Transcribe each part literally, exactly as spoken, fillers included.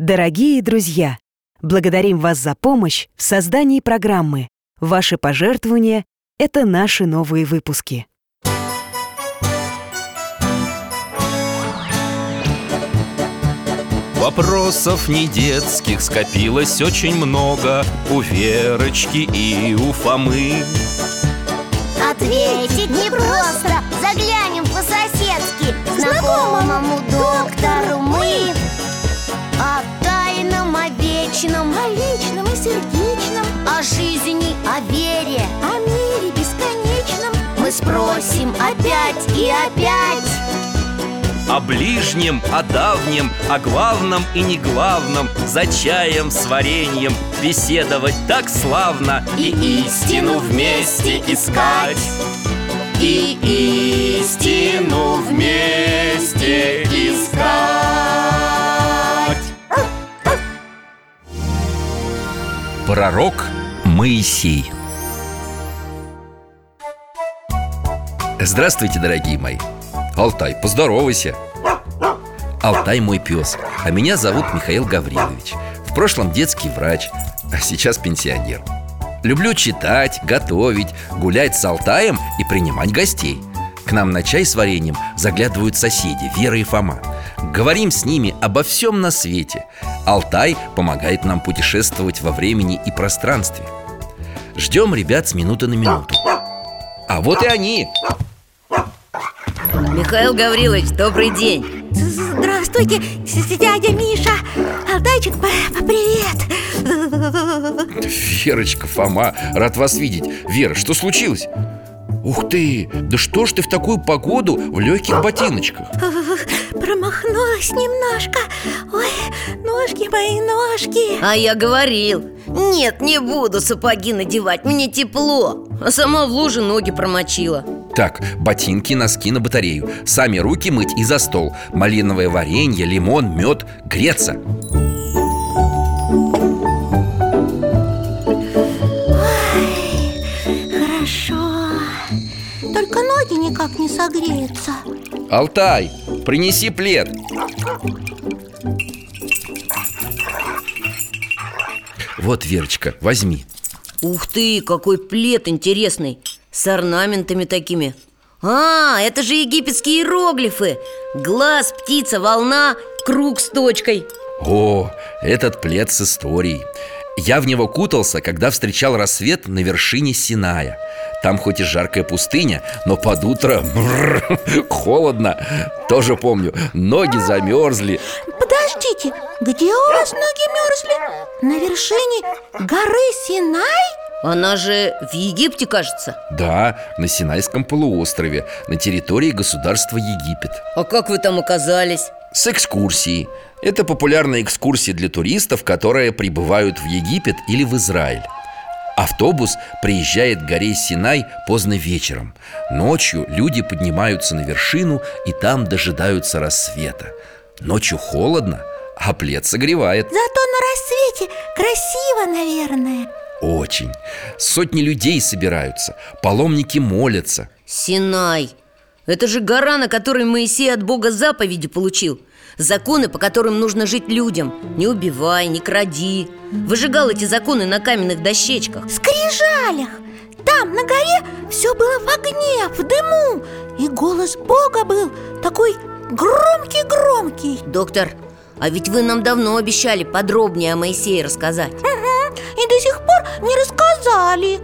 Дорогие друзья, благодарим вас за помощь в создании программы. Ваши пожертвования – это наши новые выпуски. Вопросов не детских скопилось очень много у Верочки и у Фомы. Ответить непросто, заглянем по-соседски к знакомому доктору мы. О тайном, о вечном, о личном и сердечном, о жизни, о вере, о мире бесконечном мы спросим опять и опять. О ближнем, о давнем, о главном и неглавном, за чаем с вареньем беседовать так славно. И истину вместе искать, и истину вместе искать. Пророк Моисей. Здравствуйте, дорогие мои. Алтай, поздоровайся. Алтай мой пес, а меня зовут Михаил Гаврилович. В прошлом детский врач, а сейчас пенсионер. Люблю читать, готовить, гулять с Алтаем и принимать гостей. К нам на чай с вареньем заглядывают соседи Вера и Фома. Говорим с ними обо всем на свете. Алтай помогает нам путешествовать во времени и пространстве. Ждем ребят с минуты на минуту. А вот и они. Михаил Гаврилович, добрый день. Здравствуйте, дядя Миша. Алтайчик, привет. Верочка, Фома, рад вас видеть. Вера, что случилось? Ух ты, да что ж ты в такую погоду в легких ботиночках? Промахнулась немножко. Ой, ножки мои, ножки. А я говорил, нет, не буду сапоги надевать, мне тепло. А сама в луже ноги промочила. Так, ботинки, носки на батарею. Сами руки мыть и за стол. Малиновое варенье, лимон, мед, греться. Ой, хорошо. Только ноги никак не согреются. Алтай, принеси плед. Вот, Верочка, возьми. Ух ты, какой плед интересный, с орнаментами такими. А, это же египетские иероглифы. Глаз, птица, волна, круг с точкой. О, этот плед с историей. Я в него кутался, когда встречал рассвет на вершине Синая. Там хоть и жаркая пустыня, но под утро бррр, холодно. Тоже помню, ноги замерзли. Подождите, где у вас ноги мерзли? На вершине горы Синай? Она же в Египте, кажется. Да, на Синайском полуострове, на территории государства Египет. А как вы там оказались? С экскурсией. Это популярная экскурсия для туристов, которые прибывают в Египет или в Израиль. Автобус приезжает к горе Синай поздно вечером. Ночью люди поднимаются на вершину и там дожидаются рассвета. Ночью холодно, а плед согревает. Зато на рассвете красиво, наверное. Очень. Сотни людей собираются, паломники молятся. Синай. Это же гора, на которой Моисей от Бога заповеди получил. Законы, по которым нужно жить людям. Не убивай, не кради. Выжигал эти законы на каменных дощечках. Скрижалях. Там, на горе, все было в огне, в дыму. И голос Бога был такой громкий-громкий. Доктор, а ведь вы нам давно обещали подробнее о Моисее рассказать. Угу. И до сих пор не рассказали.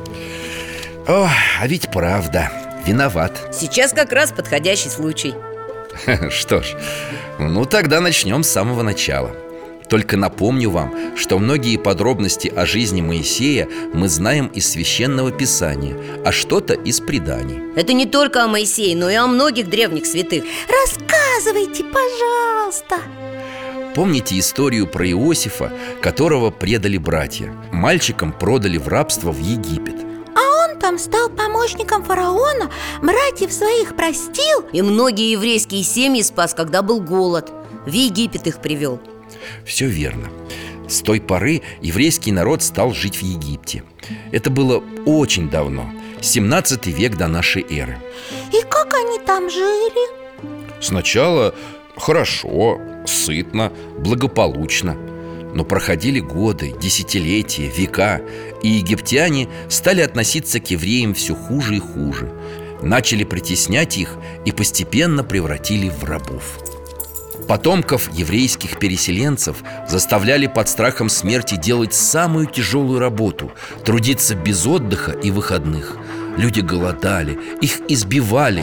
Ох, а ведь правда, виноват. Сейчас как раз подходящий случай. Что ж, ну тогда начнем с самого начала. Только напомню вам, что многие подробности о жизни Моисея мы знаем из Священного Писания, а что-то из преданий. Это не только о Моисее, но и о многих древних святых. Рассказывайте, пожалуйста. Помните историю про Иосифа, которого предали братья? Мальчиком продали в рабство в Египет. А он там стал помощником фараона, братьев своих простил. И многие еврейские семьи спас, когда был голод. В Египет их привел. Все верно. С той поры еврейский народ стал жить в Египте. Это было очень давно, семнадцатый век до нашей эры. И как они там жили? Сначала хорошо, сытно, благополучно. Но проходили годы, десятилетия, века, и египтяне стали относиться к евреям все хуже и хуже. Начали притеснять их и постепенно превратили в рабов. Потомков еврейских переселенцев заставляли под страхом смерти делать самую тяжелую работу, трудиться без отдыха и выходных. Люди голодали, их избивали.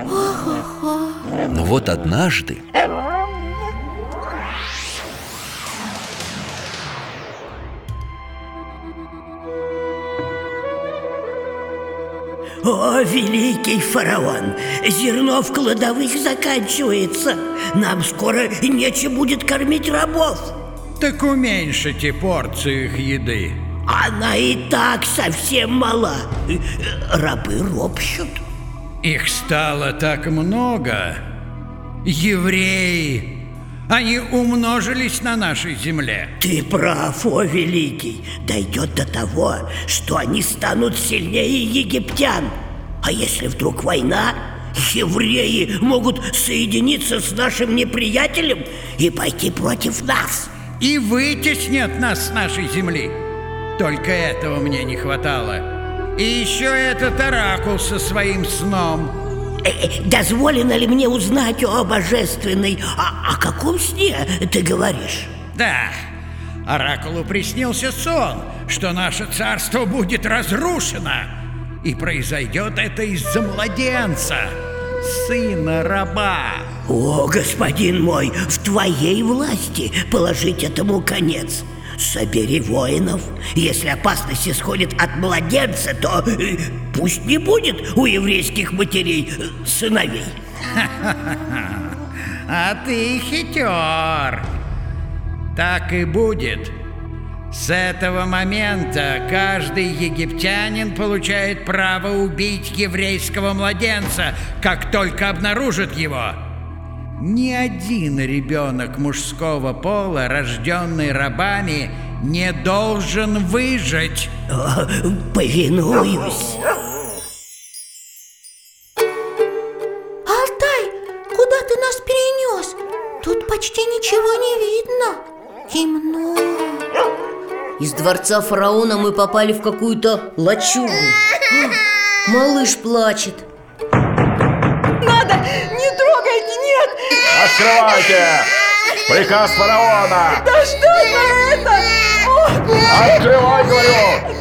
Но вот однажды О, великий фараон, зерно в кладовых заканчивается. Нам скоро нечем будет кормить рабов. Так уменьшите порцию их еды. Она и так совсем мала. Рабы ропщут. Их стало так много. Евреи, они умножились на нашей земле. Ты прав, о великий. Дойдет до того, что они станут сильнее египтян. А если вдруг война, евреи могут соединиться с нашим неприятелем и пойти против нас. И вытеснят нас с нашей земли. Только этого мне не хватало. И еще этот оракул со своим сном. Дозволено ли мне узнать о божественной... О, о каком сне ты говоришь? Да, оракулу приснился сон, что наше царство будет разрушено. И произойдет это из-за младенца, сына раба. О, господин мой, в твоей власти положить этому конец. Собери воинов. Если опасность исходит от младенца, то э, пусть не будет у еврейских матерей э, сыновей. А ты хитер. Так и будет. С этого момента каждый египтянин получает право убить еврейского младенца, как только обнаружит его. Ни один ребенок мужского пола, рожденный рабами, не должен выжить. О, повинуюсь. Алтай, куда ты нас перенес? Тут почти ничего не видно. Темно. Из дворца фараона мы попали в какую-то лачугу. Малыш плачет. Надо! Не трогайте! Нет! Открывайте! Приказ фараона! Да что это? О, Открывай, говорю!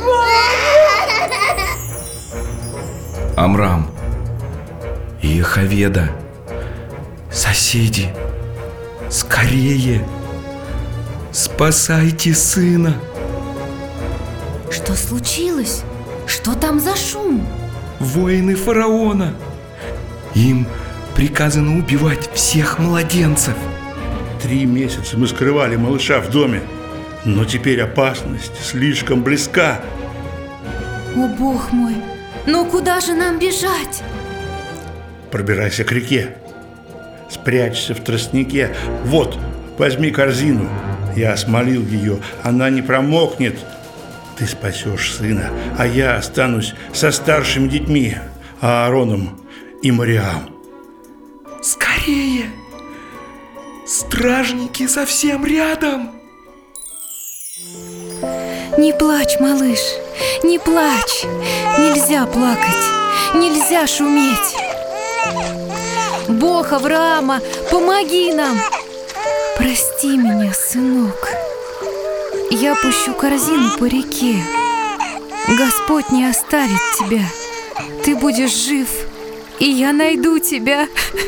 Амрам и Йохаведа, соседи, скорее! Спасайте сына! Что случилось? Что там за шум? Воины фараона! Им приказано убивать всех младенцев. Три месяца мы скрывали малыша в доме, но теперь опасность слишком близка. О, Бог мой! Ну куда же нам бежать? Пробирайся к реке. Спрячься в тростнике. Вот, возьми корзину. Я осмолил ее, она не промокнет. Ты спасешь сына, а я останусь со старшими детьми, Аароном и Мариам. Скорее! Стражники совсем рядом! Не плачь, малыш, не плачь. Нельзя плакать, нельзя шуметь. Бог Авраама, помоги нам. Прости меня, сынок. Я пущу корзину по реке. Господь не оставит тебя. Ты будешь жив, и я найду тебя.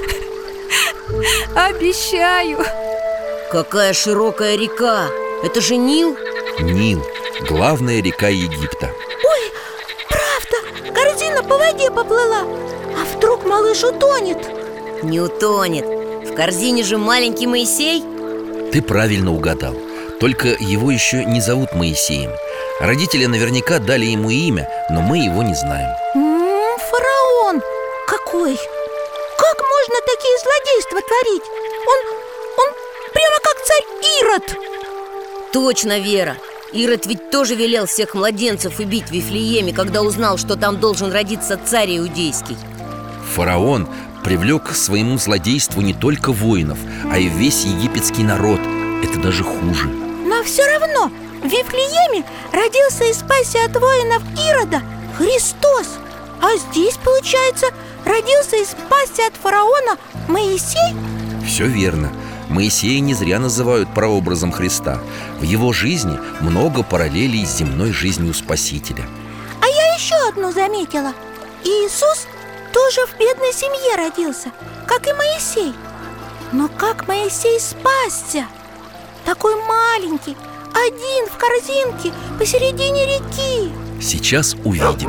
Обещаю. Какая широкая река! Это же Нил? Нил – главная река Египта. Ой, правда, корзина по воде поплыла. А вдруг малыш утонет? Не утонет. В корзине же маленький Моисей. Ты правильно угадал. Только его еще не зовут Моисеем. Родители наверняка дали ему имя, но мы его не знаем. М-м, фараон какой! Как можно такие злодейства творить? Он, он прямо как царь Ирод. Точно, Вера. Ирод ведь тоже велел всех младенцев убить в Вифлееме, когда узнал, что там должен родиться царь иудейский. Фараон привлек к своему злодейству не только воинов, а и весь египетский народ. Это даже хуже. Но все равно в Вифлееме родился и спасся от воинов Ирода Христос. А здесь, получается, родился и спасся от фараона Моисей? Все верно. Моисея не зря называют прообразом Христа. В его жизни много параллелей с земной жизнью Спасителя. А я еще одну заметила. Иисус тоже в бедной семье родился, как и Моисей. Но как Моисей спасся? Такой маленький, один в корзинке посередине реки. Сейчас увидим.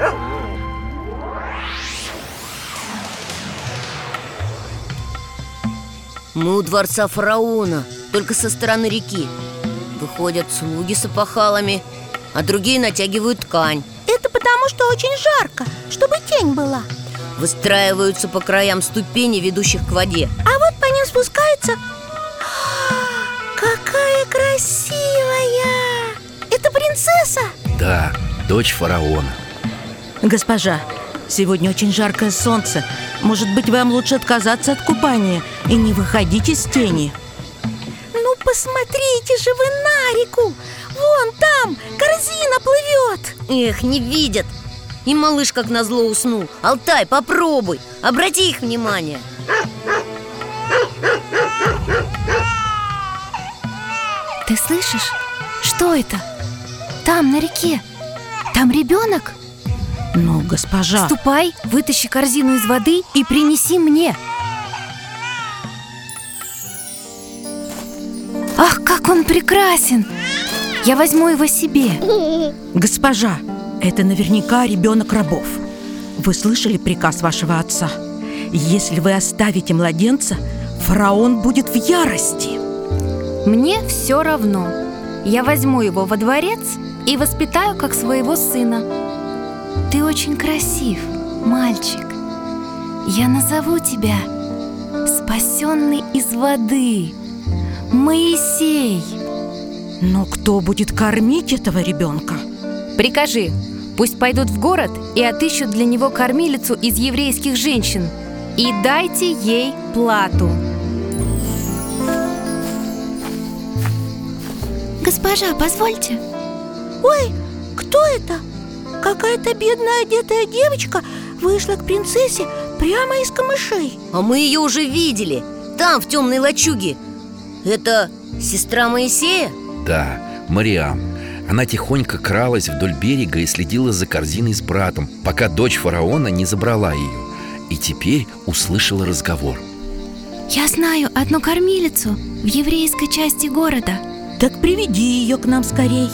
Мы у дворца фараона, только со стороны реки. Выходят слуги с опахалами, а другие натягивают ткань. Это потому, что очень жарко, чтобы тень была. Выстраиваются по краям ступени, ведущих к воде. А вот по ним спускается... Какая красивая! Это принцесса? Да, дочь фараона. Госпожа, сегодня очень жаркое солнце. Может быть, вам лучше отказаться от купания и не выходить из тени? Ну, посмотрите же вы на реку! Вон там корзина плывет! Эх, не видят! И малыш как назло уснул. Алтай, попробуй, обрати их внимание. Ты слышишь? Что это? Там, на реке. Там ребенок? Ну, госпожа... Ступай, вытащи корзину из воды и принеси мне. Ах, как он прекрасен! Я возьму его себе. Госпожа, это наверняка ребенок рабов. Вы слышали приказ вашего отца? Если вы оставите младенца, фараон будет в ярости. Мне все равно. Я возьму его во дворец и воспитаю как своего сына. Ты очень красив, мальчик. Я назову тебя спасенный из воды, Моисей. Но кто будет кормить этого ребенка? Прикажи, пусть пойдут в город и отыщут для него кормилицу из еврейских женщин. И дайте ей плату. Госпожа, позвольте. Ой, кто это? Какая-то бедная одетая девочка вышла к принцессе прямо из камышей. А мы ее уже видели. Там, в темной лачуге. Это сестра Моисея? Да, Мариам. Она тихонько кралась вдоль берега и следила за корзиной с братом, пока дочь фараона не забрала ее. И теперь услышала разговор. Я знаю одну кормилицу в еврейской части города. Так приведи ее к нам скорей.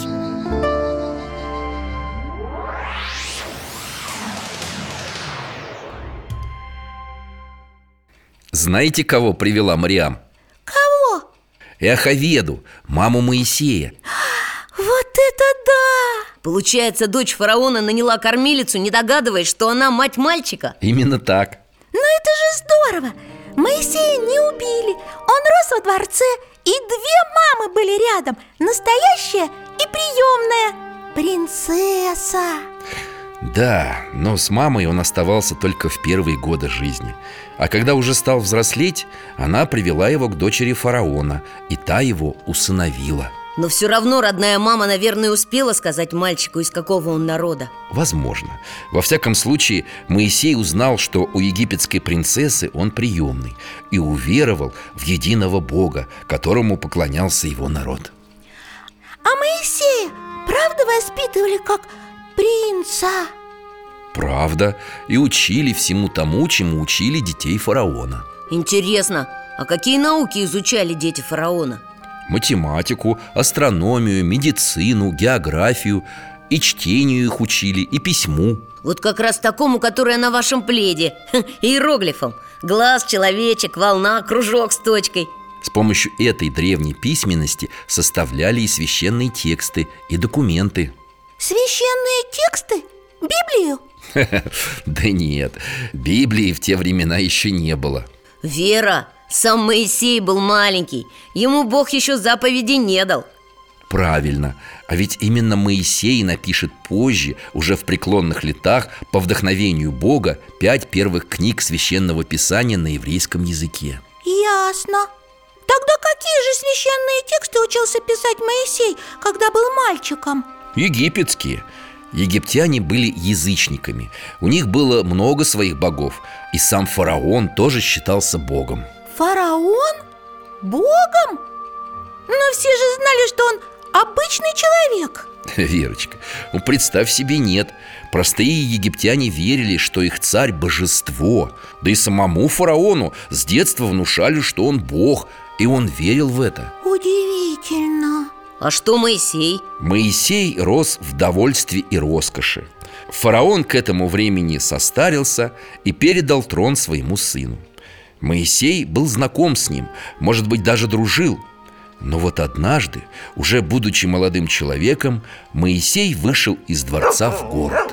Знаете, кого привела Мариам? Кого? Иохаведу, маму Моисея. Вот это да! Получается, дочь фараона наняла кормилицу, не догадываясь, что она мать мальчика? Именно так. Ну это же здорово! Моисея не убили, он рос во дворце, и две мамы были рядом, настоящая и приемная. Принцесса. Да, но с мамой он оставался только в первые годы жизни. А когда уже стал взрослеть, она привела его к дочери фараона, и та его усыновила. Но все равно родная мама, наверное, успела сказать мальчику, из какого он народа. Возможно. Во всяком случае, Моисей узнал, что у египетской принцессы он приемный, и уверовал в единого Бога, которому поклонялся его народ. А Моисея правда воспитывали как принца? Правда. И учили всему тому, чему учили детей фараона. Интересно, а какие науки изучали дети фараона? Математику, астрономию, медицину, географию. И чтению их учили, и письму. Вот как раз такому, которое на вашем пледе. Иероглифом. Глаз, человечек, волна, кружок с точкой. С помощью этой древней письменности составляли и священные тексты, и документы. Священные тексты? Библию? Да нет, Библии в те времена еще не было. Вера, сам Моисей был маленький. Ему Бог еще заповеди не дал. Правильно, а ведь именно Моисей напишет позже, уже в преклонных летах, по вдохновению Бога, пять первых книг Священного Писания на еврейском языке. Ясно. Тогда какие же священные тексты учился писать Моисей, когда был мальчиком? Египетские. Египтяне были язычниками. У них было много своих богов. И сам фараон тоже считался богом. Фараон? Богом? Но все же знали, что он обычный человек. Верочка, ну представь себе, нет. Простые египтяне верили, что их царь – божество. Да и самому фараону с детства внушали, что он бог. И он верил в это. Удивительно. А что Моисей? Моисей рос в довольстве и роскоши. Фараон к этому времени состарился и передал трон своему сыну. Моисей был знаком с ним, может быть, даже дружил. Но вот однажды, уже будучи молодым человеком, Моисей вышел из дворца в город.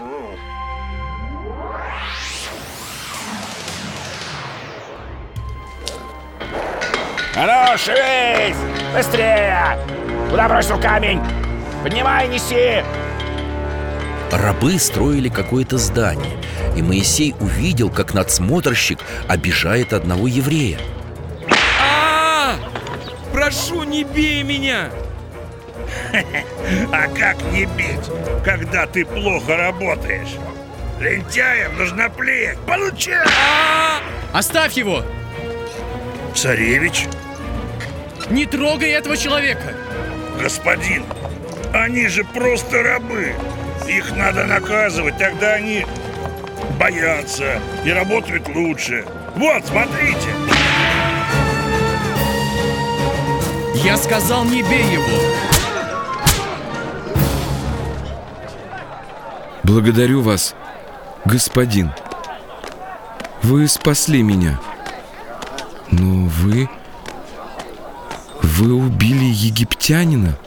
А ну, шевелись! Быстрее! Куда бросил камень? Поднимай, неси! Рабы строили какое-то здание, и Моисей увидел, как надсмотрщик обижает одного еврея. А-а-а! Прошу, не бей меня! А как не бить, когда ты плохо работаешь? Лентяям нужна плеть. Получай! Оставь его! Царевич? Не трогай этого человека! Господин, они же просто рабы. Их надо наказывать, тогда они боятся и работают лучше. Вот, смотрите. Я сказал, не бей его. Благодарю вас, господин. Вы спасли меня. Но вы... Вы убили египтянина?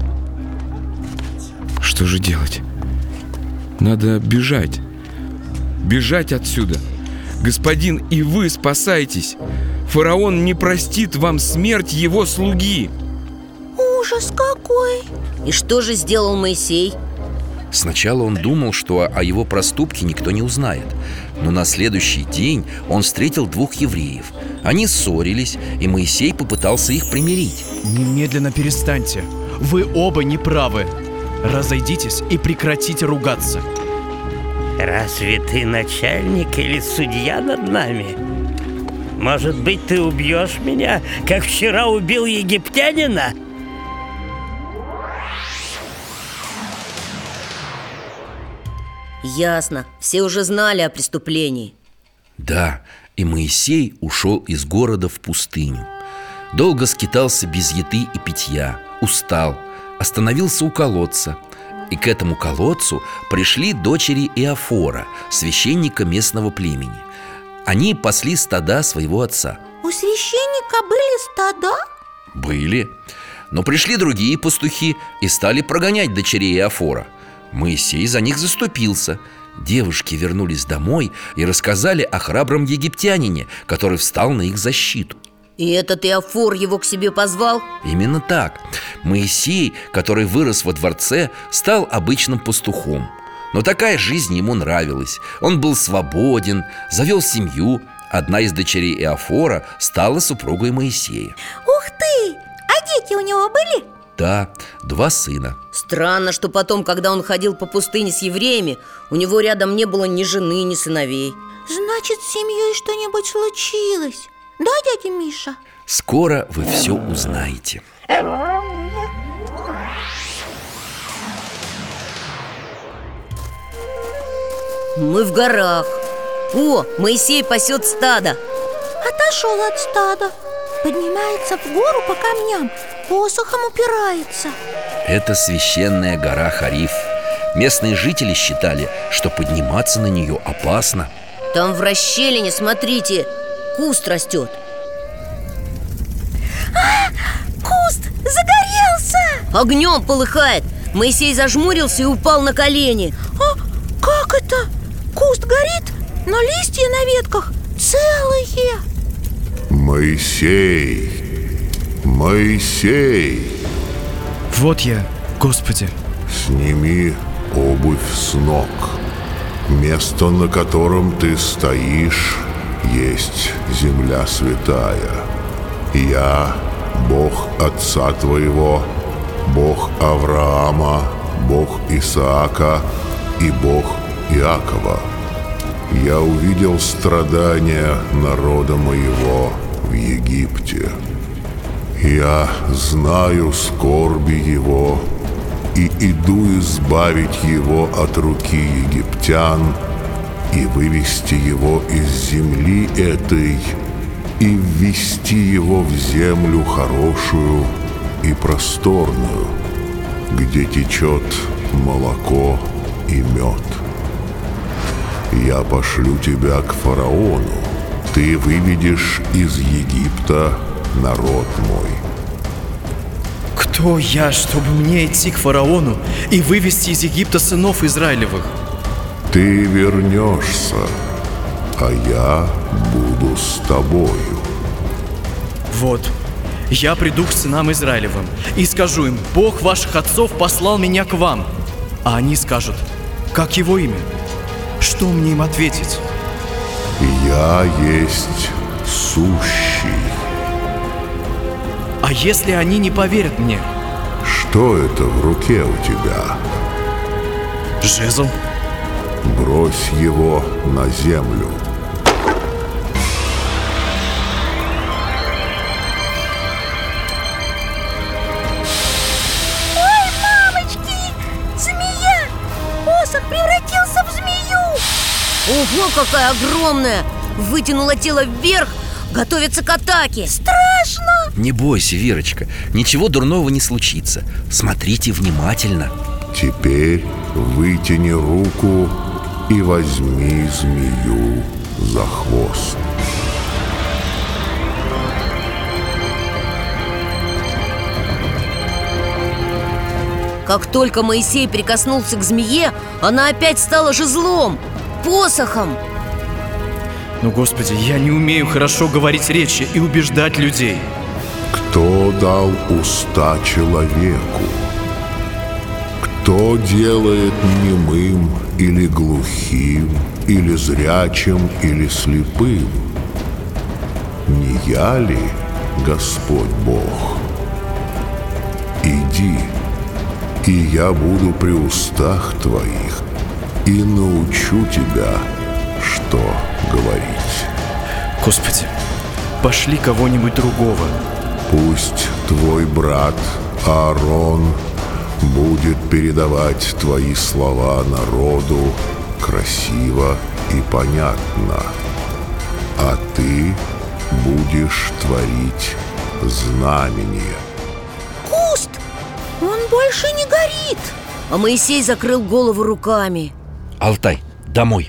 Что же делать? Надо бежать. Бежать отсюда. Господин, и вы спасайтесь. Фараон не простит вам смерть его слуги. Ужас какой! И что же сделал Моисей? Сначала он думал, что о его проступке никто не узнает. Но на следующий день он встретил двух евреев. Они ссорились, и Моисей попытался их примирить. Немедленно перестаньте. Вы оба неправы. Разойдитесь и прекратите ругаться. Разве ты начальник или судья над нами? Может быть, ты убьешь меня, как вчера убил египтянина? Ясно, все уже знали о преступлении. Да, и Моисей ушел из города в пустыню. Долго скитался без еды и питья, устал, остановился у колодца. И к этому колодцу пришли дочери Иофора, священника местного племени. Они пасли стада своего отца. У священника были стада? Были. Но пришли другие пастухи и стали прогонять дочерей Иофора. Моисей за них заступился. Девушки вернулись домой и рассказали о храбром египтянине, который встал на их защиту. И этот Иофор его к себе позвал? Именно так. Моисей, который вырос во дворце, стал обычным пастухом. Но такая жизнь ему нравилась. Он был свободен, завел семью. Одна из дочерей Иофора стала супругой Моисея. Ух ты! А дети у него были? Да, два сына. Странно, что потом, когда он ходил по пустыне с евреями, у него рядом не было ни жены, ни сыновей. Значит, с семьей что-нибудь случилось. Да, дядя Миша? Скоро вы все узнаете. Мы в горах. О, Моисей пасет стадо. Отошел от стада. Поднимается в гору по камням, посохом упирается. Это священная гора Хариф. Местные жители считали, что подниматься на нее опасно. Там в расщелине, смотрите, куст растет. А, куст загорелся! Огнем полыхает. Моисей зажмурился и упал на колени. А как это? Куст горит, но листья на ветках целые. Моисей, Моисей. Вот я, Господи. Сними обувь с ног. Место, на котором ты стоишь, есть земля святая. Я, Бог отца твоего, Бог Авраама, Бог Исаака и Бог Иакова. Я увидел страдания народа моего в Египте. Я знаю скорби его и иду избавить его от руки египтян и вывести его из земли этой и ввести его в землю хорошую и просторную, где течет молоко и мед. Я пошлю тебя к фараону, ты выведешь из Египта народ мой. Кто я, чтобы мне идти к фараону и вывести из Египта сынов Израилевых? Ты вернешься, а я буду с тобою. Вот, я приду к сынам Израилевым и скажу им: Бог ваших отцов послал меня к вам. А они скажут: как его имя? Что мне им ответить? Я есть сущий. А если они не поверят мне? Что это в руке у тебя? Жезл. Брось его на землю. Ой, мамочки! Змея! Посох превратился в змею! Ого, какая огромная! Вытянула тело вверх, готовится к атаке. Страшно! Не бойся, Верочка, ничего дурного не случится. Смотрите внимательно. Теперь вытяни руку и возьми змею за хвост. Как только Моисей прикоснулся к змее, она опять стала жезлом, посохом. Ну, Господи, я не умею хорошо говорить речи и убеждать людей. Кто дал уста человеку? Кто делает немым или глухим, или зрячим, или слепым? Не я ли, Господь Бог? Иди, и я буду при устах твоих и научу тебя, что говорить. Господи, пошли кого-нибудь другого. Пусть твой брат Аарон будет передавать твои слова народу красиво и понятно, а ты будешь творить знамение. Куст! Он больше не горит! А Моисей закрыл голову руками. Алтай, домой.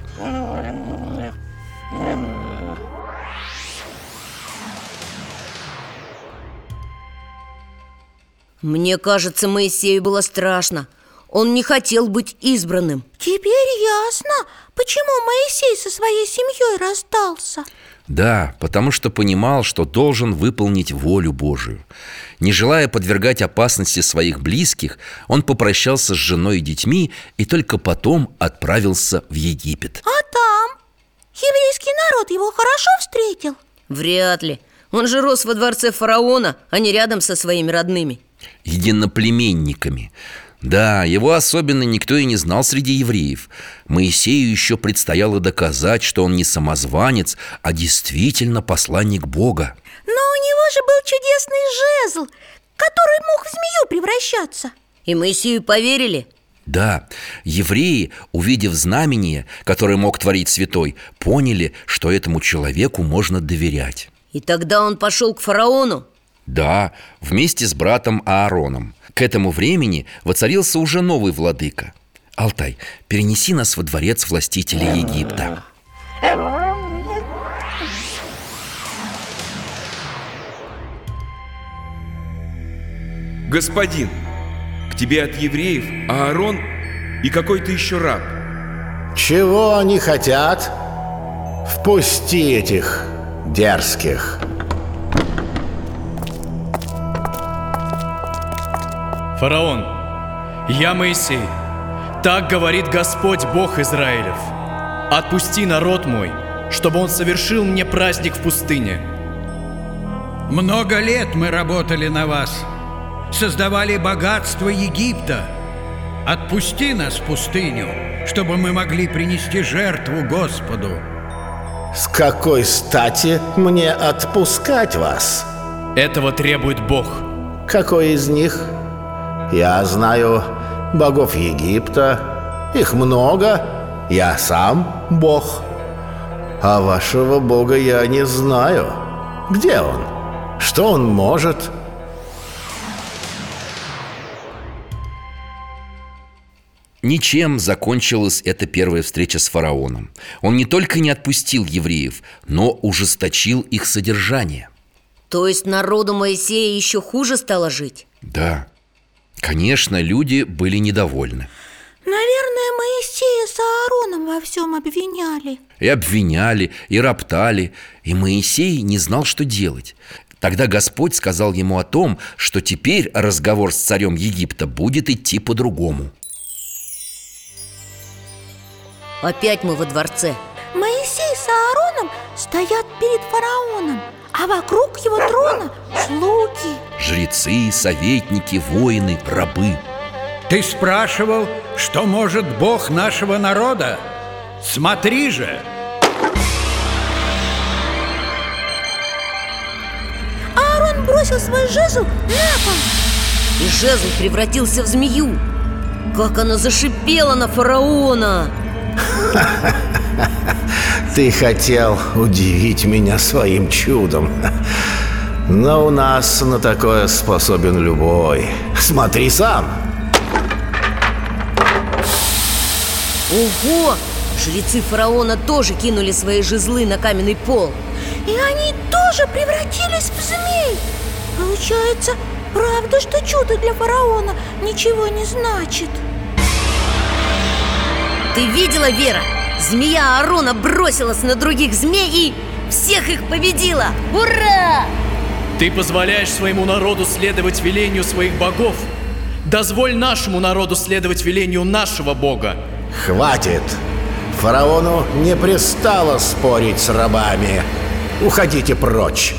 Мне кажется, Моисею было страшно. Он не хотел быть избранным. Теперь ясно, почему Моисей со своей семьей расстался. Да, потому что понимал, что должен выполнить волю Божию. Не желая подвергать опасности своих близких, он попрощался с женой и детьми и только потом отправился в Египет. А там? Еврейский народ его хорошо встретил? Вряд ли. Он же рос во дворце фараона, а не рядом со своими родными. Единоплеменниками. Да, его особенно никто и не знал среди евреев. Моисею еще предстояло доказать, что он не самозванец, а действительно посланник Бога. Но у него же был чудесный жезл, который мог в змею превращаться. И Моисею поверили? Да, евреи, увидев знамение, которое мог творить святой, поняли, что этому человеку можно доверять. И тогда он пошел к фараону? Да, вместе с братом Аароном. К этому времени воцарился уже новый владыка. Алтай, перенеси нас во дворец властителя Египта. Господин, к тебе от евреев Аарон и какой-то еще раб. Чего они хотят? Впусти этих дерзких. Фараон, я Моисей. Так говорит Господь, Бог Израилев. Отпусти народ мой, чтобы он совершил мне праздник в пустыне. Много лет мы работали на вас, создавали богатство Египта. Отпусти нас в пустыню, чтобы мы могли принести жертву Господу. С какой стати мне отпускать вас? Этого требует Бог. Какой из них? Я знаю богов Египта. Их много. Я сам Бог. А вашего Бога я не знаю. Где он? Что он может? Ничем закончилась эта первая встреча с фараоном. Он не только не отпустил евреев, но ужесточил их содержание. То есть народу Моисея еще хуже стало жить? Да, конечно, люди были недовольны. Наверное, Моисея с Аароном во всем обвиняли. И обвиняли, и роптали, и Моисей не знал, что делать. Тогда Господь сказал ему о том, что теперь разговор с царем Египта будет идти по-другому. Опять мы во дворце. Моисей с Аароном стоят перед фараоном, а вокруг его трона слуги. Жрецы, советники, воины, рабы. Ты спрашивал, что может Бог нашего народа? Смотри же! Аарон бросил свой жезл на пол. И жезл превратился в змею. Как она зашипела на фараона! Ты хотел удивить меня своим чудом. Но у нас на такое способен любой. Смотри сам. Ого! Жрецы фараона тоже кинули свои жезлы на каменный пол. И они тоже превратились в змей. Получается, правда, что чудо для фараона ничего не значит. Ты видела, Вера? Змея Аарона бросилась на других змей и всех их победила! Ура! Ты позволяешь своему народу следовать велению своих богов. Дозволь нашему народу следовать велению нашего Бога. Хватит! Фараону не пристало спорить с рабами. Уходите прочь.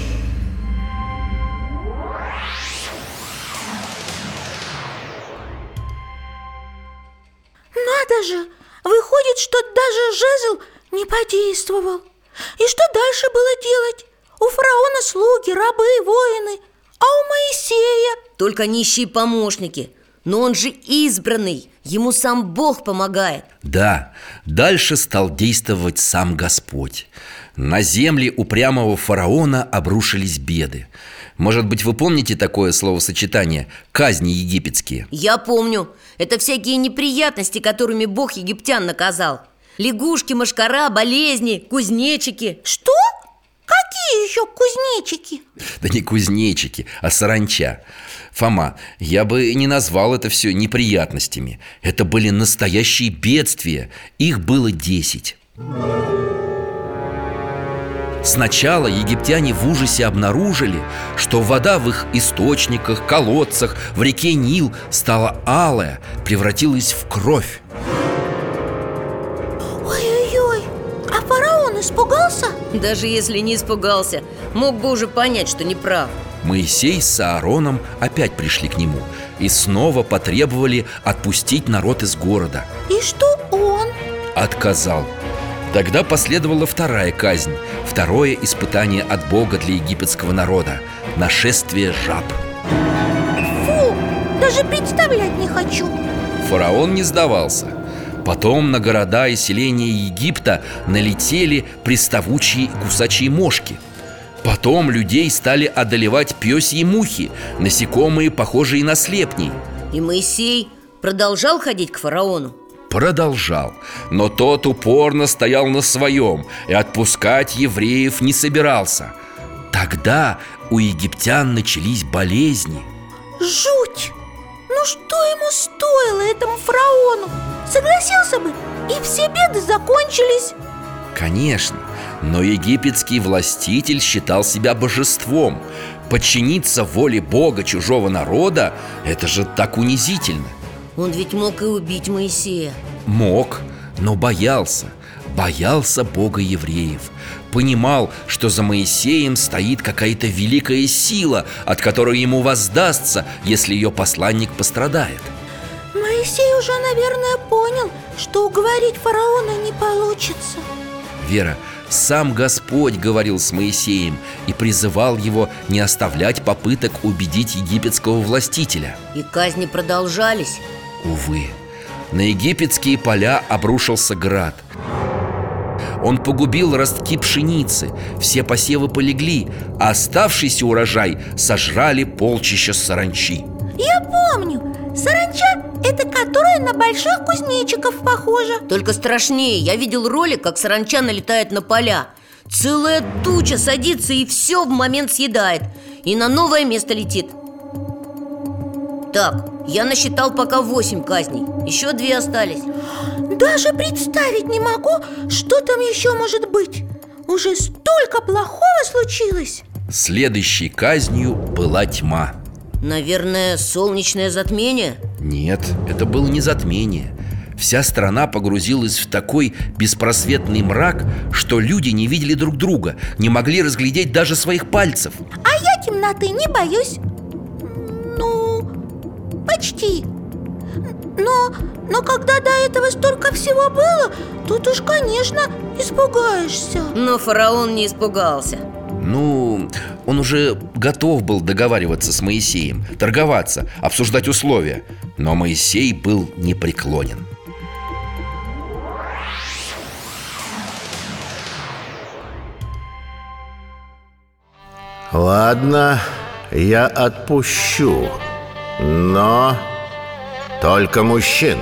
Надо же! Выходит, что даже жезл не подействовал. И что дальше было делать? У фараона слуги, рабы, воины. А у Моисея? Только нищие помощники. Но он же избранный. Ему сам Бог помогает. Да, дальше стал действовать сам Господь. На земли упрямого фараона обрушились беды. Может быть, вы помните такое словосочетание «казни египетские»? Я помню. Это всякие неприятности, которыми Бог египтян наказал. Лягушки, мошкара, болезни, кузнечики. Что? Какие еще кузнечики? Да не кузнечики, а саранча. Фома, я бы не назвал это все неприятностями. Это были настоящие бедствия. Их было десять. Сначала египтяне в ужасе обнаружили, что вода в их источниках, колодцах, в реке Нил стала алая, превратилась в кровь. Ой-ой-ой, а фараон испугался? Даже если не испугался, мог бы уже понять, что не прав. Моисей с Аароном опять пришли к нему и снова потребовали отпустить народ из города. И что он? Отказал. Тогда последовала вторая казнь, второе испытание от Бога для египетского народа – нашествие жаб. Фу, даже представлять не хочу. Фараон не сдавался. Потом на города и селения Египта налетели приставучие кусачие мошки. Потом людей стали одолевать пёсьи мухи, насекомые, похожие на слепней. И Моисей продолжал ходить к фараону? Продолжал, но тот упорно стоял на своем и отпускать евреев не собирался. Тогда у египтян начались болезни. Жуть! Ну что ему стоило, этому фараону? Согласился бы, и все беды закончились. Конечно, но египетский властитель считал себя божеством. Подчиниться воле Бога чужого народа – это же так унизительно. Он ведь мог и убить Моисея. Мог, но боялся. Боялся Бога евреев. Понимал, что за Моисеем стоит какая-то великая сила, от которой ему воздастся, если ее посланник пострадает. Моисей уже, наверное, понял, что уговорить фараона не получится. Вера, сам Господь говорил с Моисеем и призывал его не оставлять попыток убедить египетского властителя. И казни продолжались. Увы, на египетские поля обрушился град. Он погубил ростки пшеницы, все посевы полегли, а оставшийся урожай сожрали полчища саранчи. Я помню, саранча – это которая на больших кузнечиков похожа. Только страшнее. Я видел ролик, как саранча налетает на поля. Целая туча садится и все в момент съедает. И на новое место летит. Так, я насчитал пока восемь казней. Еще две остались. Даже представить не могу, что там еще может быть. Уже столько плохого случилось. Следующей казнью была тьма. Наверное, солнечное затмение? Нет, это было не затмение. Вся страна погрузилась в такой беспросветный мрак, что люди не видели друг друга, не могли разглядеть даже своих пальцев. А я темноты не боюсь. Ну, почти. Но, но когда до этого столько всего было, тут уж, конечно, испугаешься. Но фараон не испугался. Ну, он уже готов был договариваться с Моисеем, торговаться, обсуждать условия. Но Моисей был непреклонен. Ладно, я отпущу, но только мужчин.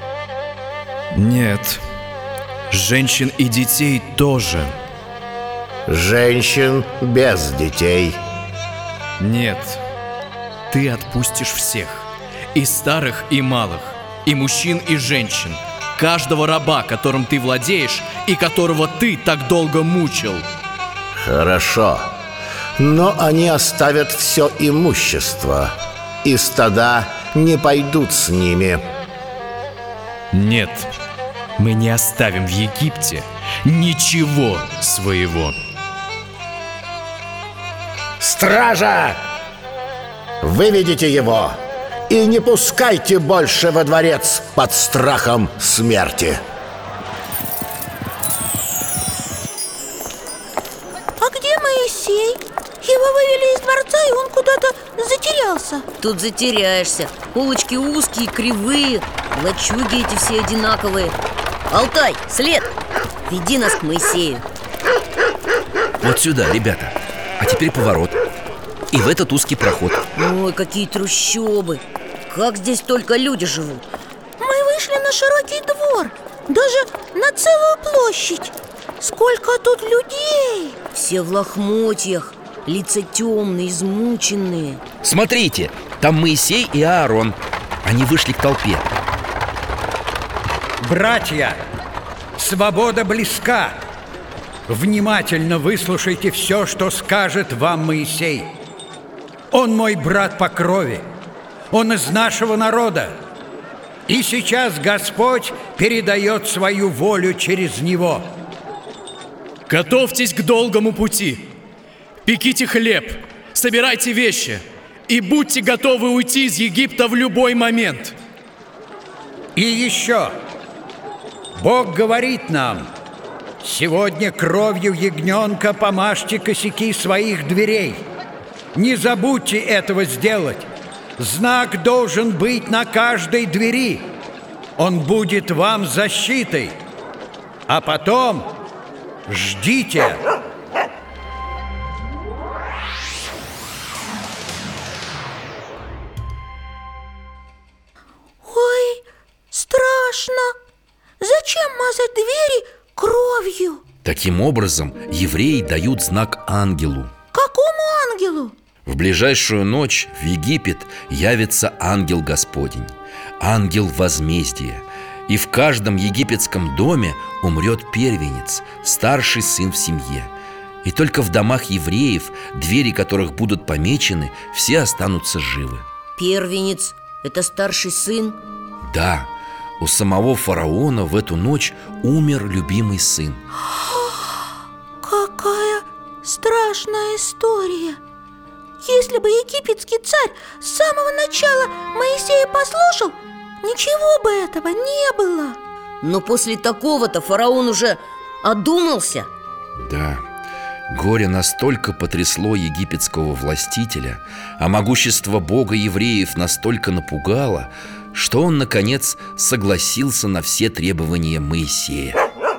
Нет, женщин и детей тоже. Женщин без детей. Нет, ты отпустишь всех. И старых, и малых, и мужчин, и женщин. Каждого раба, которым ты владеешь, и которого ты так долго мучил. Хорошо, но они оставят все имущество, и стада не пойдут с ними. Нет, мы не оставим в Египте ничего своего. Стража! Выведите его и не пускайте больше во дворец под страхом смерти. А где Моисей? Его вывели из дворца, и он куда-то затерялся. Тут затеряешься. Улочки узкие, кривые, лачуги эти все одинаковые. Алтай, след! Веди нас к Моисею. Вот сюда, ребята. А теперь поворот. И в этот узкий проход. Ой, какие трущобы. Как здесь только люди живут. Мы вышли на широкий двор, даже на целую площадь. Сколько тут людей! Все в лохмотьях, лица темные, измученные. Смотрите, там Моисей и Аарон. Они вышли к толпе. Братья, свобода близка. Внимательно выслушайте все, что скажет вам Моисей. Он мой брат по крови. Он из нашего народа. И сейчас Господь передает свою волю через него. Готовьтесь к долгому пути. Пеките хлеб, собирайте вещи и будьте готовы уйти из Египта в любой момент. И еще Бог говорит нам: сегодня кровью ягненка помажьте косяки своих дверей. Не забудьте этого сделать. Знак должен быть на каждой двери. Он будет вам защитой. А потом ждите. Ой, страшно. Зачем мазать двери кровью? Таким образом, евреи дают знак ангелу. Какому ангелу? В ближайшую ночь в Египет явится ангел Господень, ангел возмездия. И в каждом египетском доме умрет первенец, старший сын в семье. И только в домах евреев, двери которых будут помечены, все останутся живы. Первенец – это старший сын? Да, у самого фараона в эту ночь умер любимый сын. Какая страшная история! Если бы египетский царь с самого начала Моисея послушал, ничего бы этого не было. Но после такого-то фараон уже одумался. Да, горе настолько потрясло египетского властителя, а могущество Бога евреев настолько напугало, что он, наконец, согласился на все требования Моисея.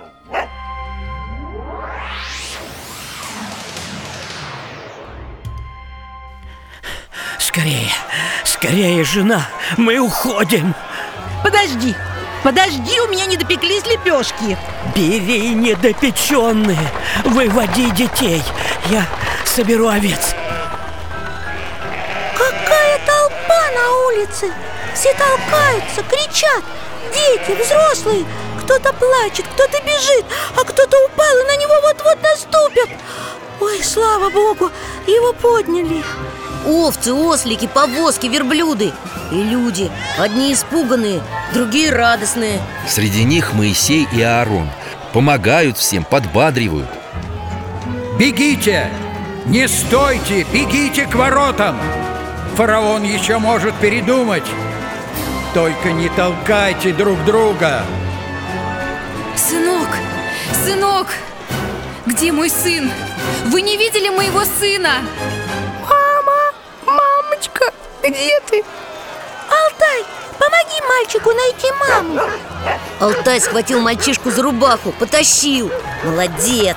Скорее, скорее, жена, мы уходим. Подожди, подожди, у меня не допеклись лепешки. Бери недопеченные, выводи детей, я соберу овец. Какая толпа на улице! Все толкаются, кричат. Дети, взрослые. Кто-то плачет, кто-то бежит, а кто-то упал, и на него вот-вот наступят. Ой, слава Богу, его подняли. Овцы, ослики, повозки, верблюды и люди. Одни испуганные, другие радостные. Среди них Моисей и Аарон. Помогают всем, подбадривают. Бегите! Не стойте! Бегите к воротам! Фараон еще может передумать. Только не толкайте друг друга. Сынок, сынок, где мой сын? Вы не видели моего сына? Мама, мамочка, где ты? Алтай, помоги мальчику найти маму. Алтай схватил мальчишку за рубаху, потащил. Молодец.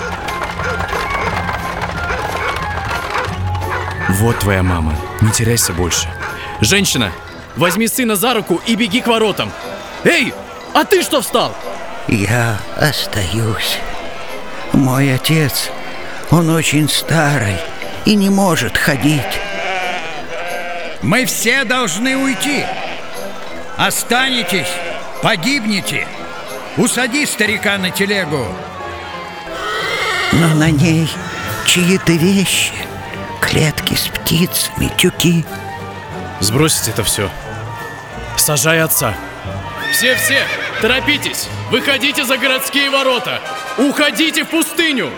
Вот твоя мама, не теряйся больше. Женщина, возьми сына за руку и беги к воротам. Эй, а ты что встал? Я остаюсь. Мой отец, он очень старый и не может ходить. Мы все должны уйти. Останетесь, погибнете. Усади старика на телегу. Но на ней чьи-то вещи, клетки с птицами, тюки. Сбросить это все. Сажай отца. Все-все, торопитесь. Выходите за городские ворота. Уходите в пустыню.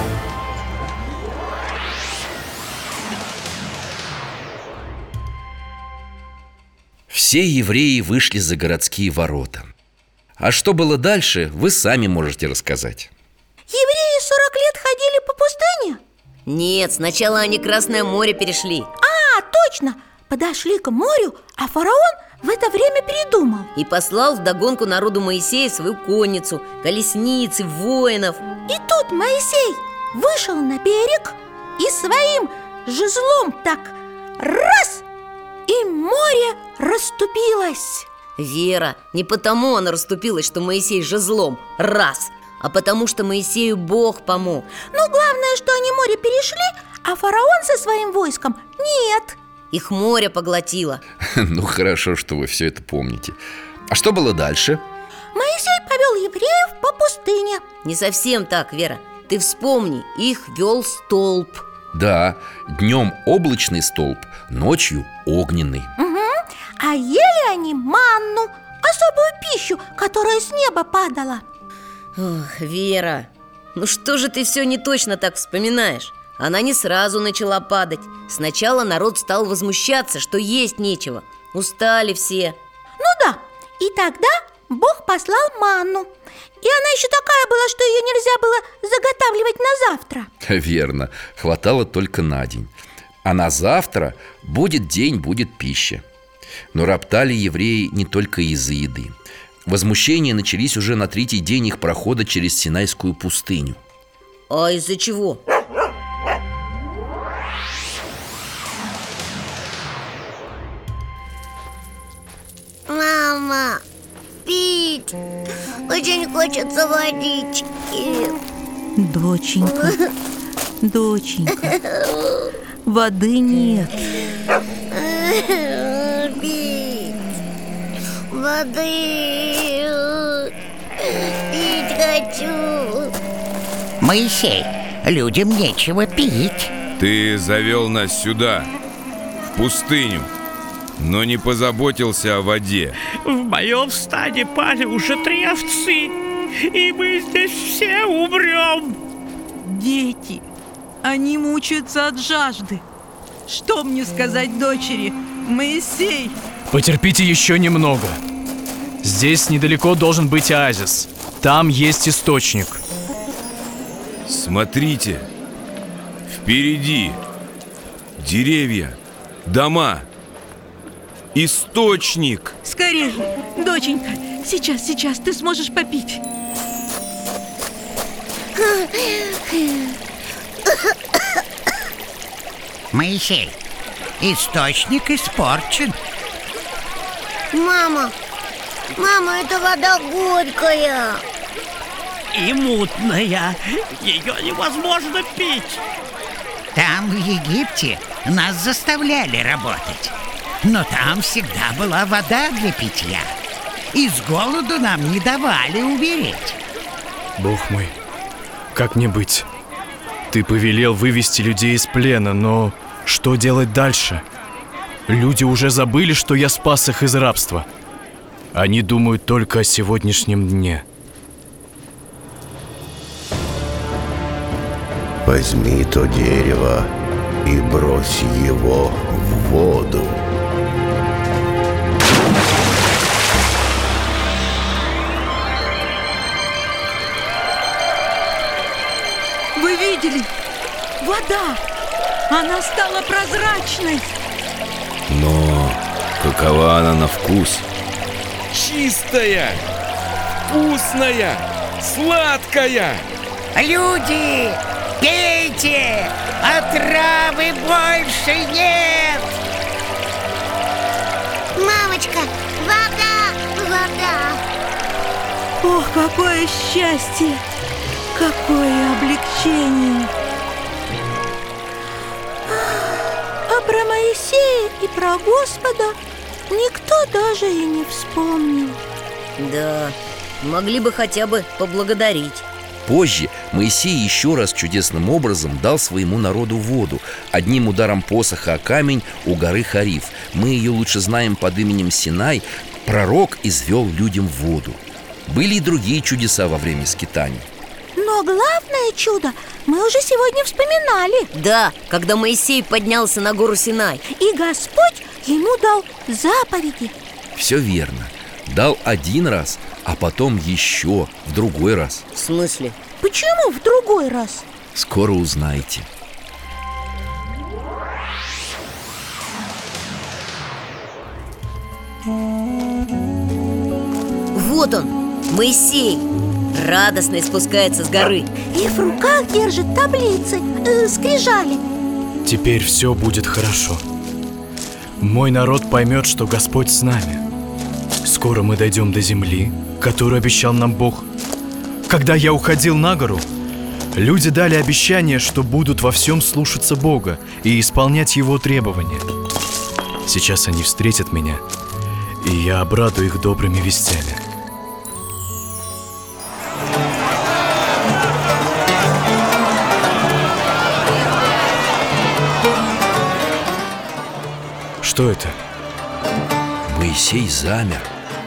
Все евреи вышли за городские ворота. А что было дальше, вы сами можете рассказать. Евреи сорок лет ходили по пустыне? Нет, сначала они Красное море перешли. А, точно! Подошли к морю, а фараон в это время передумал и послал вдогонку народу Моисея свою конницу, колесницы, воинов. И тут Моисей вышел на берег и своим жезлом так раз, и море расступилось. Вера, не потому оно расступилось, что Моисей жезлом раз, а потому что Моисею Бог помог. Ну, главное, что они море перешли, а фараон со своим войском нет. Их море поглотило. Ну, хорошо, что вы все это помните. А что было дальше? Моисей повел евреев по пустыне. Не совсем так, Вера. Ты вспомни, их вел столб. Да, днем облачный столб, ночью огненный. Угу. А ели они манну, особую пищу, которая с неба падала. Ох, Вера, ну что же ты все не точно так вспоминаешь? Она не сразу начала падать. Сначала народ стал возмущаться, что есть нечего. Устали все. Ну да, и тогда Бог послал манну. И она еще такая была, что ее нельзя было заготавливать на завтра. Верно, хватало только на день. А на завтра будет день, будет пища. Но роптали евреи не только из-за еды. Возмущения начались уже на третий день их прохода через Синайскую пустыню. А из-за чего? Мама, пить! Очень хочется водички. Доченька, доченька, воды нет. Пить! Воды! Пить хочу! Моисей, людям нечего пить. Ты завел нас сюда, в пустыню, но не позаботился о воде. В моем стаде пали уже три овцы, и мы здесь все умрем. Дети, они мучаются от жажды. Что мне сказать дочери? Моисей! Потерпите еще немного. Здесь недалеко должен быть оазис. Там есть источник. Смотрите, впереди деревья, дома, источник. Скорее, доченька, сейчас, сейчас ты сможешь попить. Моисей, источник испорчен. Мама, мама, эта вода горькая. И мутная. Ее невозможно пить. Там, в Египте, нас заставляли работать. Но там всегда была вода для питья. И с голоду нам не давали умереть. Бог мой, как мне быть? Ты повелел вывести людей из плена, но что делать дальше? Люди уже забыли, что я спас их из рабства. Они думают только о сегодняшнем дне. Возьми то дерево и брось его в воду. Вы видели? Вода! Она стала прозрачной. Но какова она на вкус? Чистая, вкусная, сладкая. Люди, пейте! Отравы больше нет! Мамочка, вода, вода. Ох, какое счастье! Какое облегчение! А про Моисея и про Господа никто даже и не вспомнил. Да, могли бы хотя бы поблагодарить. Позже Моисей еще раз чудесным образом дал своему народу воду. Одним ударом посоха о камень у горы Хариф. Мы ее лучше знаем под именем Синай. Пророк извел людям воду. Были и другие чудеса во время скитаний. Но главное чудо мы уже сегодня вспоминали. Да, когда Моисей поднялся на гору Синай. И Господь ему дал заповеди. Все верно. Дал один раз, а потом еще в другой раз. В смысле? Почему в другой раз? Скоро узнаете. Вот он, Моисей, радостно спускается с горы. И в руках держит таблицы, э, скрижали. Теперь все будет хорошо. Мой народ поймет, что Господь с нами. Скоро мы дойдем до земли, которую обещал нам Бог. Когда я уходил на гору, люди дали обещание, что будут во всем слушаться Бога и исполнять Его требования. Сейчас они встретят меня, и я обрадую их добрыми вестями. Что это? Моисей замер.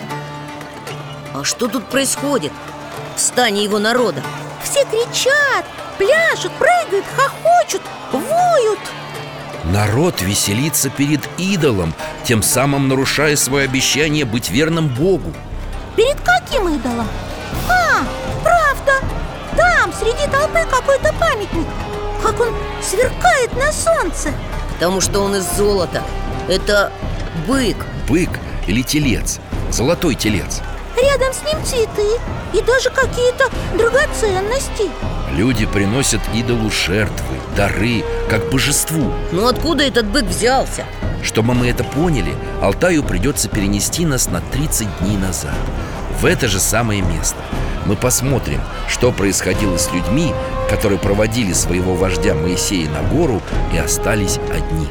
А что тут происходит в стане его народа? Все кричат, пляшут, прыгают, хохочут, воют. Народ веселится перед идолом, тем самым нарушая свое обещание быть верным Богу. Перед каким идолом? А, правда, там среди толпы какой-то памятник. Как он сверкает на солнце. Потому что он из золота. Это бык. Бык или телец, золотой телец. Рядом с ним цветы и даже какие-то драгоценности. Люди приносят идолу жертвы, дары, как божеству. Но откуда этот бык взялся? Чтобы мы это поняли, Алтаю придется перенести нас на тридцать дней назад, в это же самое место. Мы посмотрим, что происходило с людьми, которые проводили своего вождя Моисея на гору и остались одни.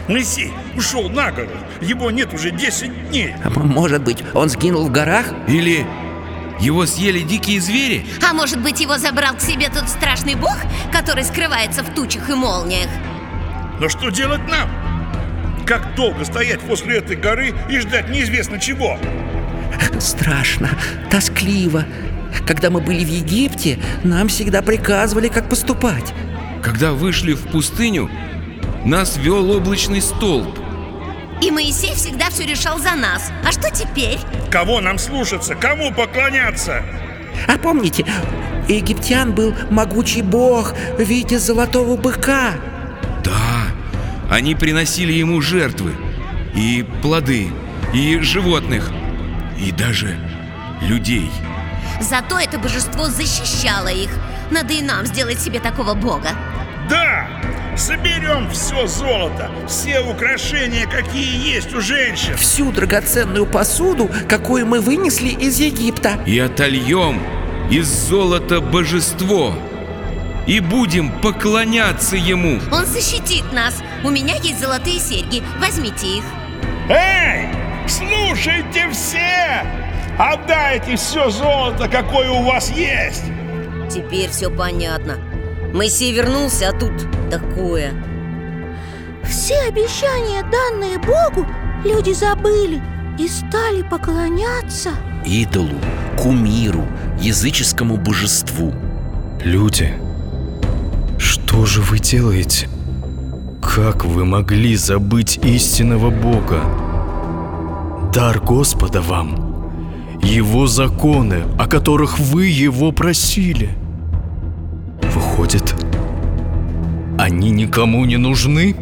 Моисей ушел на гору. Его нет уже десять дней. Может быть, он сгинул в горах? Или его съели дикие звери? А может быть, его забрал к себе тот страшный бог, который скрывается в тучах и молниях? Но что делать нам? Как долго стоять после этой горы и ждать неизвестно чего? Страшно, тоскливо. Когда мы были в Египте, нам всегда приказывали, как поступать. Когда вышли в пустыню, нас вел облачный столб. И Моисей всегда все решал за нас. А что теперь? Кого нам слушаться? Кому поклоняться? А помните, у египтян был могучий бог в виде золотого быка. Да, они приносили ему жертвы, и плоды, и животных, и даже людей. Зато это божество защищало их. Надо и нам сделать себе такого бога. Да! Соберем все золото, все украшения, какие есть у женщин. Всю драгоценную посуду, какую мы вынесли из Египта. И отольем из золота божество, и будем поклоняться ему. Он защитит нас. У меня есть золотые серьги. Возьмите их. Эй, слушайте все! Отдайте все золото, какое у вас есть. Теперь все понятно. Моисей вернулся, а тут такое. Все обещания, данные Богу, люди забыли и стали поклоняться идолу, кумиру, языческому божеству. Люди, что же вы делаете? Как вы могли забыть истинного Бога? Дар Господа вам, Его законы, о которых вы Его просили. Выходит, они никому не нужны?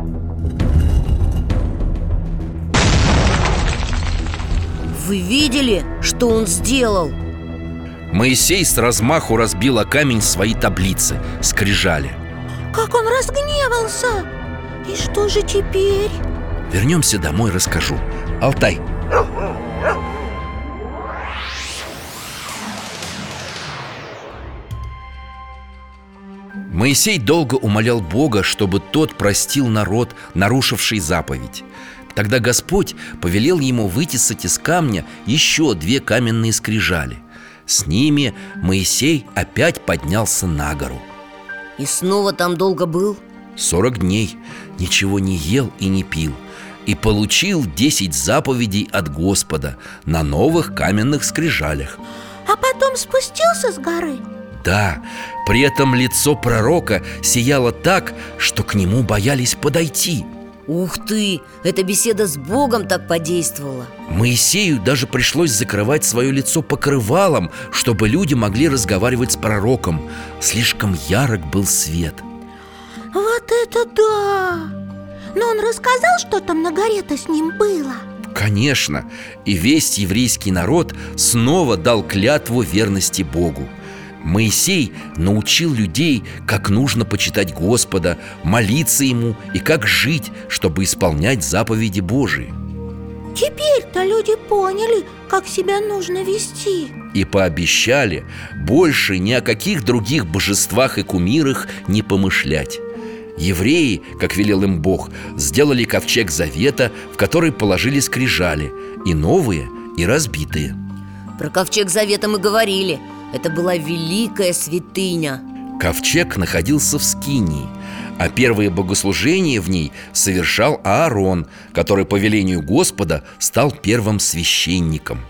Вы видели, что он сделал? Моисей с размаху разбил о камень свои таблицы, скрижали. Как он разгневался! И что же теперь? Вернемся домой, расскажу. Алтай. Моисей долго умолял Бога, чтобы тот простил народ, нарушивший заповедь. Тогда Господь повелел ему вытесать из камня еще две каменные скрижали. С ними Моисей опять поднялся на гору. И снова там долго был? Сорок дней, ничего не ел и не пил. И получил десять заповедей от Господа на новых каменных скрижалях. А потом спустился с горы? Да, при этом лицо пророка сияло так, что к нему боялись подойти. Ух ты, эта беседа с Богом так подействовала. Моисею даже пришлось закрывать свое лицо покрывалом, чтобы люди могли разговаривать с пророком. Слишком ярок был свет. Вот это да! Но он рассказал, что там на горе-то с ним было? Конечно, и весь еврейский народ снова дал клятву верности Богу. Моисей научил людей, как нужно почитать Господа, молиться Ему и как жить, чтобы исполнять заповеди Божии. Теперь-то люди поняли, как себя нужно вести. И пообещали больше ни о каких других божествах и кумирах не помышлять. Евреи, как велел им Бог, сделали ковчег завета, в который положили скрижали, и новые, и разбитые. Про ковчег завета мы говорили. Это была великая святыня. Ковчег находился в Скинии, а первые богослужения в ней совершал Аарон, который по велению Господа стал первым священником.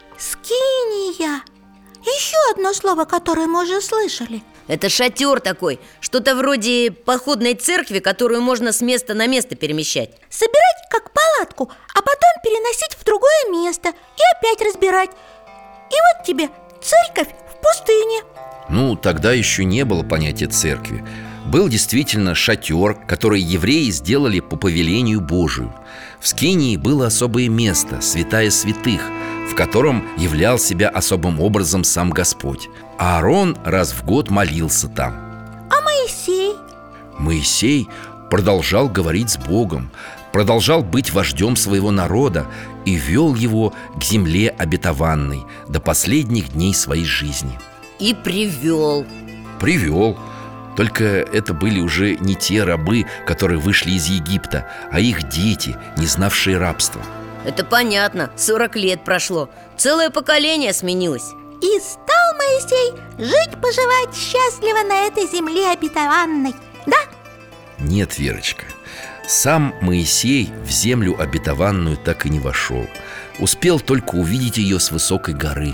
Скиния. Еще одно слово, которое мы уже слышали. Это шатер такой, что-то вроде походной церкви, которую можно с места на место перемещать. Собирать как палатку, а потом переносить в другое место и опять разбирать. И вот тебе церковь в пустыне. Ну, тогда еще не было понятия церкви. Был действительно шатер, который евреи сделали по повелению Божию. В Скинии было особое место, святая святых, в котором являл себя особым образом сам Господь. Аарон раз в год молился там. А Моисей? Моисей продолжал говорить с Богом, продолжал быть вождем своего народа и вел его к земле обетованной до последних дней своей жизни. И привел. Привел. Только это были уже не те рабы, которые вышли из Египта, а их дети, не знавшие рабства. Это понятно, сорок лет прошло, целое поколение сменилось. И стал Моисей жить-поживать счастливо на этой земле обетованной, да? Нет, Верочка, сам Моисей в землю обетованную так и не вошел. Успел только увидеть ее с высокой горы.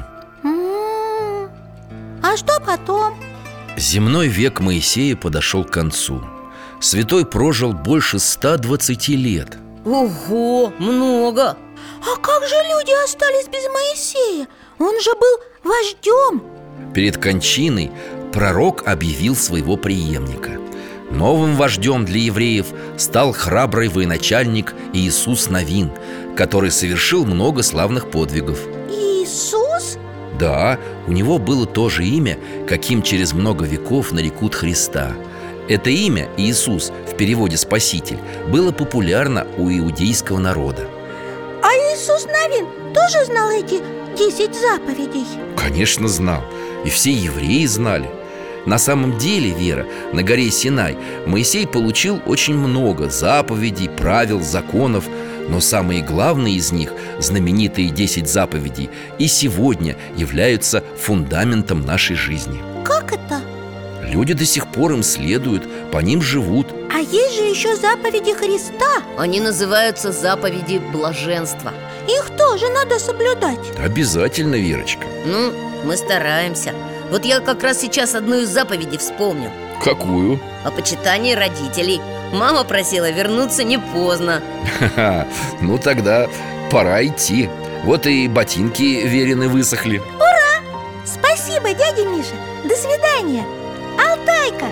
М-м-м. А что потом? Земной век Моисея подошел к концу. Святой прожил больше ста двадцати лет. Ого, много! А как же люди остались без Моисея? Он же был вождем. Перед кончиной пророк объявил своего преемника. Новым вождем для евреев стал храбрый военачальник Иисус Навин, который совершил много славных подвигов. Иисус? Да, у него было то же имя, каким через много веков нарекут Христа. Это имя, Иисус, в переводе «спаситель», было популярно у иудейского народа. А Иисус Навин тоже знал эти десять заповедей? Конечно, знал. И все евреи знали. На самом деле, Вера, на горе Синай Моисей получил очень много заповедей, правил, законов. Но самые главные из них, знаменитые десять заповедей, и сегодня являются фундаментом нашей жизни. Как это? Люди до сих пор им следуют, по ним живут. А есть же еще заповеди Христа. Они называются заповеди блаженства. Их тоже надо соблюдать. Обязательно, Верочка. Ну, мы стараемся. Вот я как раз сейчас одну из заповедей вспомнил. Какую? О почитании родителей. Мама просила вернуться не поздно. Ха-ха, ну тогда пора идти. Вот и ботинки Верины высохли. Ура! Спасибо, дядя Миша. До свидания. Алтайка,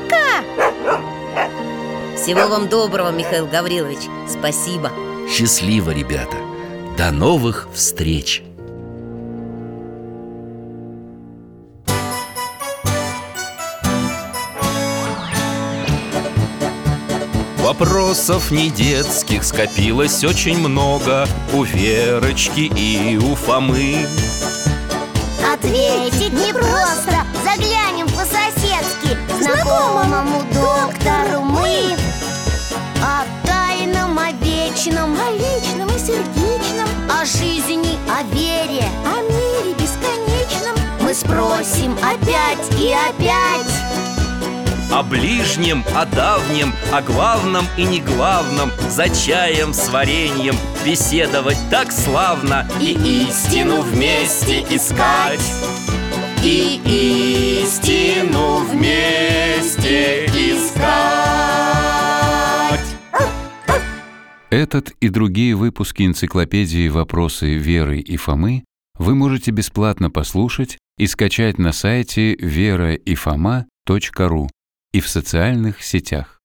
пока! Всего вам доброго, Михаил Гаврилович. Спасибо. Счастливо, ребята. До новых встреч. Вопросов не детских скопилось очень много у Верочки и у Фомы. Ответить непросто, заглянем по-соседски знакомому доктору мы. О тайном, о вечном, о личном и сердечном, о жизни, о вере, о мире бесконечном мы спросим опять и опять. О ближнем, о давнем, о главном и неглавном, за чаем с вареньем беседовать так славно. И истину вместе искать, и истину вместе искать. Этот и другие выпуски энциклопедии «Вопросы Веры и Фомы» вы можете бесплатно послушать и скачать на сайте вера и фома точка ру и в социальных сетях.